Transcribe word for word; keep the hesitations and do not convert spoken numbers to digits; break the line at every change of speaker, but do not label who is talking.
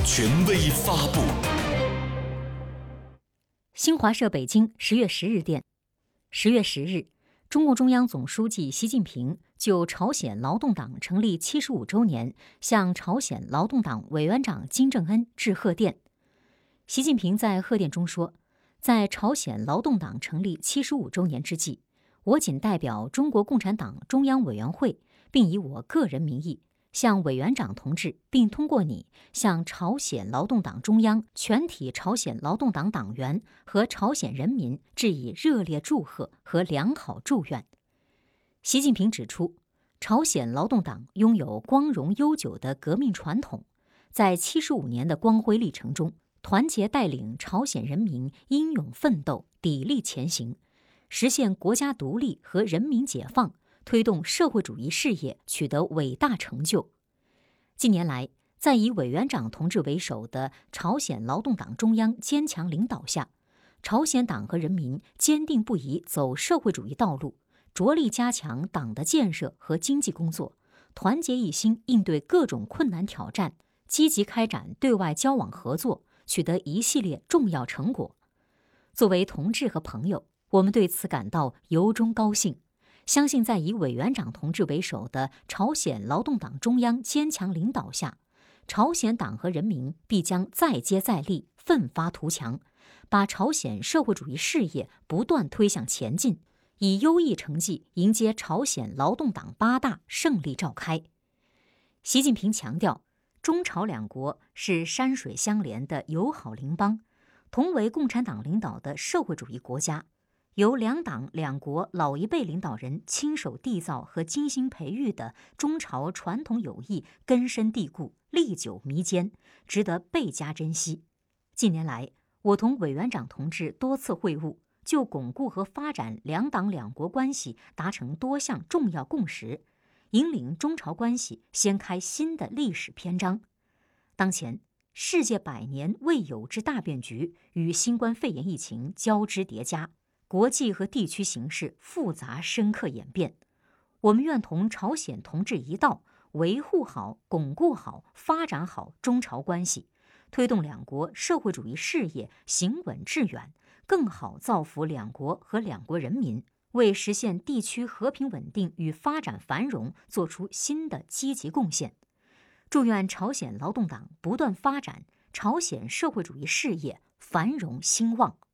权威发布。
新华社北京十月十日电，十月十日，中共中央总书记习近平就朝鲜劳动党成立七十五周年向朝鲜劳动党委员长金正恩致贺电。习近平在贺电中说，在朝鲜劳动党成立七十五周年之际，我谨代表中国共产党中央委员会，并以我个人名义向委员长同志，并通过你向朝鲜劳动党中央、全体朝鲜劳动党党员和朝鲜人民致以热烈祝贺和良好祝愿。习近平指出，朝鲜劳动党拥有光荣悠久的革命传统，在七十五年的光辉历程中，团结带领朝鲜人民英勇奋斗，砥砺前行，实现国家独立和人民解放，推动社会主义事业取得伟大成就。近年来，在以委员长同志为首的朝鲜劳动党中央坚强领导下，朝鲜党和人民坚定不移走社会主义道路，着力加强党的建设和经济工作，团结一心应对各种困难挑战，积极开展对外交往合作，取得一系列重要成果。作为同志和朋友，我们对此感到由衷高兴，相信在以委员长同志为首的朝鲜劳动党中央坚强领导下，朝鲜党和人民必将再接再厉，奋发图强，把朝鲜社会主义事业不断推向前进，以优异成绩迎接朝鲜劳动党八大胜利召开。习近平强调，中朝两国是山水相连的友好邻邦，同为共产党领导的社会主义国家，由两党两国老一辈领导人亲手缔造和精心培育的中朝传统友谊根深蒂固，历久弥坚，值得倍加珍惜。近年来，我同委员长同志多次会晤，就巩固和发展两党两国关系达成多项重要共识，引领中朝关系掀开新的历史篇章。当前，世界百年未有之大变局与新冠肺炎疫情交织叠加，国际和地区形势复杂深刻演变，我们愿同朝鲜同志一道，维护好、巩固好、发展好中朝关系，推动两国社会主义事业行稳致远，更好造福两国和两国人民，为实现地区和平稳定与发展繁荣做出新的积极贡献。祝愿朝鲜劳动党不断发展，朝鲜社会主义事业繁荣兴旺。